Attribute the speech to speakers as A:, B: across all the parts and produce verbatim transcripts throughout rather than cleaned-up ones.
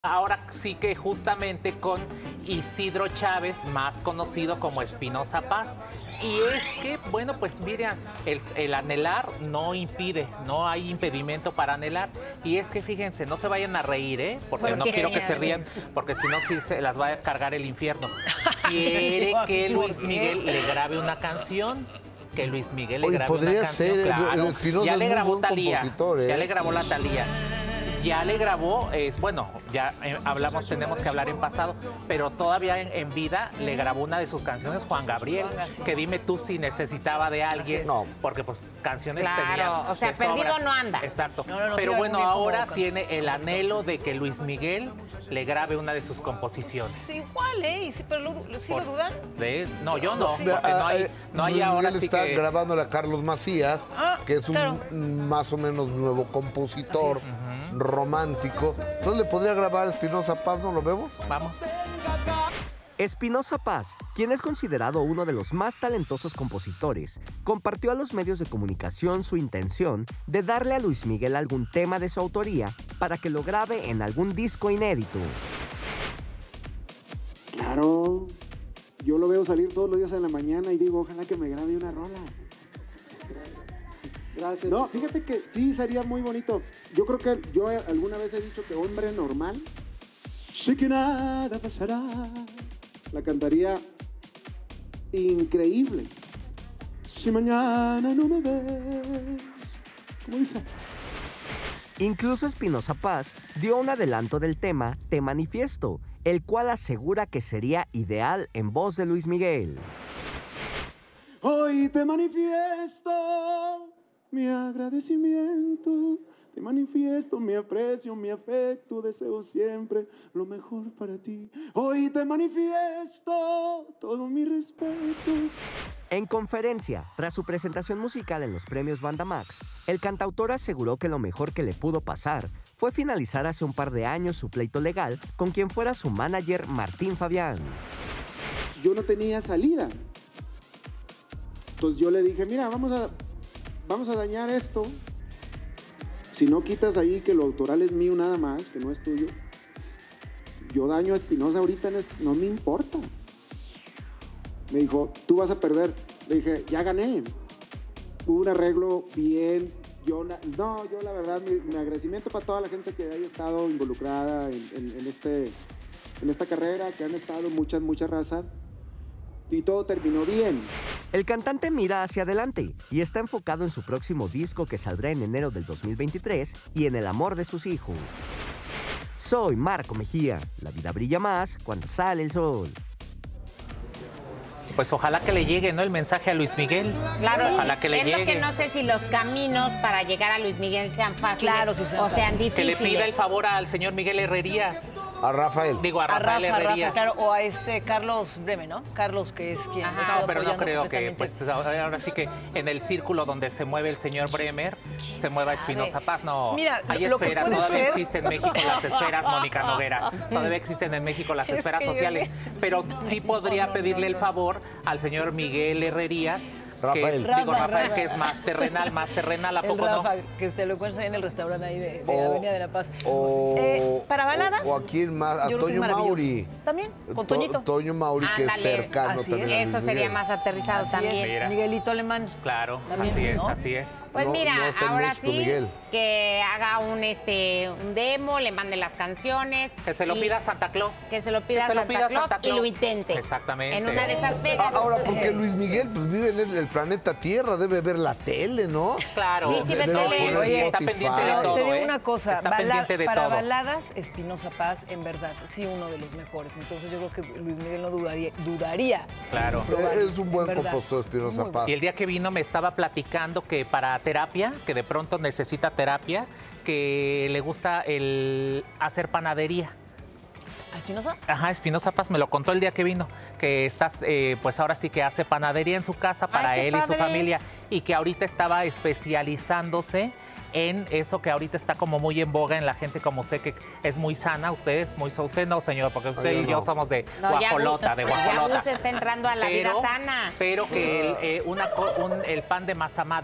A: Ahora sí que justamente con Isidro Chávez, más conocido como Espinoza Paz. Y es que, bueno, pues miren, el, el anhelar no impide, no hay impedimento para anhelar. Y es que fíjense, no se vayan a reír, ¿eh? Porque no quiero que se rían, porque si no, sí se las va a cargar el infierno. Quiere que Luis Miguel le grabe una canción. Que Luis Miguel le
B: Oye,
A: grabe
B: podría
A: una canción.
B: ser,
A: Claro,
B: Espinoza
A: ya
B: es
A: le
B: muy
A: grabó
B: buen
A: Thalía,
B: compositor, ¿eh?
A: ya le grabó la Thalía. Ya le grabó, es bueno, ya eh, hablamos, tenemos que hablar en pasado, pero todavía en, en vida le grabó una de sus canciones Juan Gabriel,
C: Juanga, sí.
A: que dime tú si necesitaba de alguien,
B: No.
A: porque pues canciones
D: Claro,
A: tenía
D: o sea,
A: de sobra.
D: perdido no anda.
A: Exacto,
C: No, no, no,
A: pero
C: sí,
A: bueno,
C: muy bien como
A: ahora
C: can-
A: tiene el
C: compositor.
A: anhelo de que Luis Miguel le grabe una de sus composiciones.
C: Sí, igual, ¿eh? Y sí, pero lo, ¿sí
A: Por-
C: lo dudan?
A: de- no, yo no,
C: Sí.
A: porque no hay,
B: Ah,
A: no hay
B: Luis
A: ahora
B: Miguel
A: sí
B: está
A: que...
B: grabándole a Carlos Macías,
C: Ah,
B: que es un
C: claro.
B: más o menos nuevo compositor romántico. Entonces le podría grabar a Espinoza Paz, ¿no lo vemos?
A: Vamos.
E: Espinoza Paz, quien es considerado uno de los más talentosos compositores, compartió a los medios de comunicación su intención de darle a Luis Miguel algún tema de su autoría para que lo grabe en algún disco inédito.
F: Claro, yo lo veo salir todos los días en la mañana y digo, ojalá que me grabe una rola. Gracias. No, fíjate que sí sería muy bonito. Yo creo que yo alguna vez he dicho que hombre normal, sé que nada pasará. La cantaría increíble. Si mañana no me ves. ¿Cómo dice?
E: Incluso Espinoza Paz dio un adelanto del tema Te Manifiesto, el cual asegura que sería ideal en voz de Luis Miguel.
F: Hoy te manifiesto mi agradecimiento, te manifiesto mi aprecio, mi afecto, deseo siempre lo mejor para ti. Hoy te manifiesto todo mi respeto.
E: En conferencia, tras su presentación musical en los premios Banda Max, el cantautor aseguró que lo mejor que le pudo pasar fue finalizar hace un par de años su pleito legal con quien fuera su manager Martín Fabián.
F: Yo no tenía salida. Entonces yo le dije, mira, vamos a, vamos a dañar esto. Si no quitas ahí que lo autoral es mío nada más, que no es tuyo, yo daño a Espinoza ahorita, no me importa. Me dijo, tú vas a perder. Le dije, ya gané. Hubo un arreglo bien. Yo, no, yo la verdad, mi, mi agradecimiento para toda la gente que haya estado involucrada en, en, en, este, en esta carrera, que han estado muchas, muchas razas. Y todo terminó bien.
E: El cantante mira hacia adelante y está enfocado en su próximo disco que saldrá en enero del dos mil veintitrés y en el amor de sus hijos. Soy Marco Mejía. La vida brilla más cuando sale el sol.
A: Pues ojalá que le llegue, ¿no? El mensaje a Luis Miguel.
D: Claro,
A: Ojalá que le
D: es
A: llegue.
D: lo que no sé si los caminos para llegar a Luis Miguel sean fáciles
C: Claro, sí sean
D: o sean
C: fáciles.
A: Que
D: difíciles.
A: le pida el favor al señor Miguel Herrerías.
B: A Rafael.
A: Digo, a
C: A
A: Rafael
C: Rafa, Rafa,
A: Herrerías.
C: claro, o a este Carlos Breme, ¿no? Carlos, que es quien
D: Ajá.
C: ha estado
A: No, pero no
C: apoyando
A: creo que,
C: completamente.
A: pues ahora sí que en el círculo donde se mueve el señor Bremer, se mueva Espinoza Paz. No,
C: Mira,
A: hay
C: lo que
A: esferas,
C: puede
A: todavía
C: ser-
A: existen en México las esferas, Mónica Nogueras. Todavía existen en México las
C: Es
A: esferas
C: que yo
A: sociales.
C: ni-
A: Pero sí podría pedirle el favor al señor Miguel Herrerías, que es,
B: Rafael.
A: digo,
C: Rafa,
A: Rafael,
C: Rafa.
A: que es más terrenal, más terrenal, ¿a
C: El
A: poco
C: Rafa,
A: no?
C: que te lo encuentras ahí en el restaurante ahí de, de
B: O-
C: Avenida de la Paz.
B: O,
C: Eh, ¿para baladas?
B: O, o a quién más, a
C: Yo creo que es
B: Toño
C: maravilloso.
B: Mauri.
C: También, con
B: To-
C: Toñito.
B: Toño Mauri, que es
D: Ándale,
B: cercano
C: así
B: también.
C: es.
B: a Luis
D: Eso sería
B: Miguel.
D: más aterrizado
C: Así
D: también.
C: es,
A: Mira.
C: Miguelito Alemán.
A: Claro,
C: También,
A: así es,
C: ¿no?
A: así es.
D: Pues
B: No,
D: mira,
B: no está en
D: ahora
B: México,
D: sí,
B: Miguel.
D: que haga un este un demo, le mande las canciones.
A: Que se lo
D: y
A: pida a Santa Claus.
D: Que se lo pida,
A: Que se lo
D: Santa,
A: pida
D: Claus
A: Santa
D: y lo
A: Claus.
D: intente.
A: Exactamente.
D: En una de esas
B: Ah,
D: pegas.
B: ahora, porque Luis Miguel pues, vive en el, el planeta Tierra, debe ver la tele, ¿no?
A: Claro.
D: Sí, sí, ve
B: Debe
D: tele.
B: poner
C: Oye,
A: está
B: Spotify.
A: pendiente de todo.
C: Te digo
A: ¿eh?
C: una cosa,
A: Está
C: bala-
A: pendiente de
C: para
A: todo.
C: baladas, Espinoza Paz, en verdad, sí, uno de los mejores. Entonces yo creo que Luis Miguel no dudaría, dudaría.
A: Claro.
B: Eh, Es un buen
C: En verdad.
B: compositor, Espinoza
C: Muy
B: Paz.
A: Y el día que vino me estaba platicando que para terapia, que de pronto necesita terapia, que le gusta el hacer panadería.
C: ¿A Espinoza?
A: Ajá, Espinoza Paz me lo contó el día que vino, que estás, eh, pues ahora sí que hace panadería en su casa para
D: Ay, qué
A: él y su
D: padre.
A: familia, y que ahorita estaba especializándose en eso que ahorita está como muy en boga en la gente como usted, que es muy sana. Usted es muy, usted no, señor, porque usted
B: Ay, yo
A: y yo
B: no.
A: somos de
D: No, ya
A: guajolota, de
D: Gus-
A: guajolota.
D: ya Gus está entrando a la vida sana.
A: Pero que el, eh, una co- un- el pan de masa madre,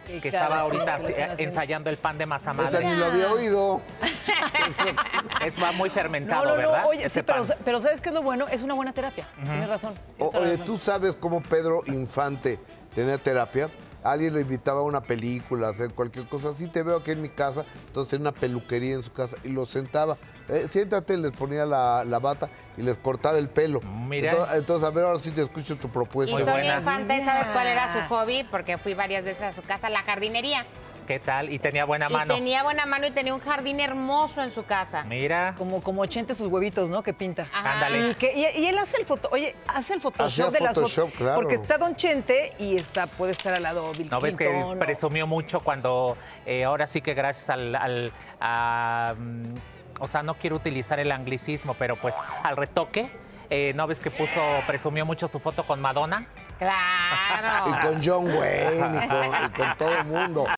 A: que
C: claro,
A: estaba
C: sí,
A: ahorita
C: que lo
A: así,
C: están haciendo.
A: ensayando el pan de masa
B: Esa
A: madre.
B: ni lo había oído.
A: Es va muy fermentado,
C: No, no, no,
A: ¿verdad?
C: oye,
A: Ese
C: sí, pero,
A: pan.
C: pero ¿sabes qué es lo bueno? Es una buena terapia. Tienes razón. tienes
B: O-
C: toda la
B: Oye,
C: razón.
B: ¿tú sabes cómo Pedro Infante tenía terapia? Alguien lo invitaba a una película, a hacer cualquier cosa así. Te veo aquí en mi casa, entonces en una peluquería en su casa y los sentaba. Eh, siéntate, les ponía la, la bata y les cortaba el pelo.
A: Mira.
B: Entonces, entonces, a ver, ahora sí te escucho tu
D: Y
B: propuesta.
A: Muy
D: Sonia
A: buena.
D: Infante, ¿sabes cuál era su hobby? Porque fui varias veces a su casa, la jardinería.
A: ¿Qué tal? Y tenía buena
D: Y
A: mano.
D: tenía buena mano y tenía un jardín hermoso en su casa.
A: Mira.
C: Como, como ochenta sus huevitos, ¿no? Que pinta.
D: Ajá.
A: Ándale.
C: Y, que- y- y él hace el foto, oye, hace el Photoshop
B: Hacía
C: de las fotos.
B: Photoshop, claro.
C: Porque está Don Chente y está, puede estar al lado Bill
A: ¿No ves que
C: Clinton, o-
A: presumió mucho cuando eh, ahora sí que gracias al... al- a, mm, o sea, no quiero utilizar el anglicismo, pero pues al retoque, eh, ¿no ves que puso, presumió mucho su foto con Madonna?
D: Claro.
B: Y con John Wayne y con, y con todo el mundo.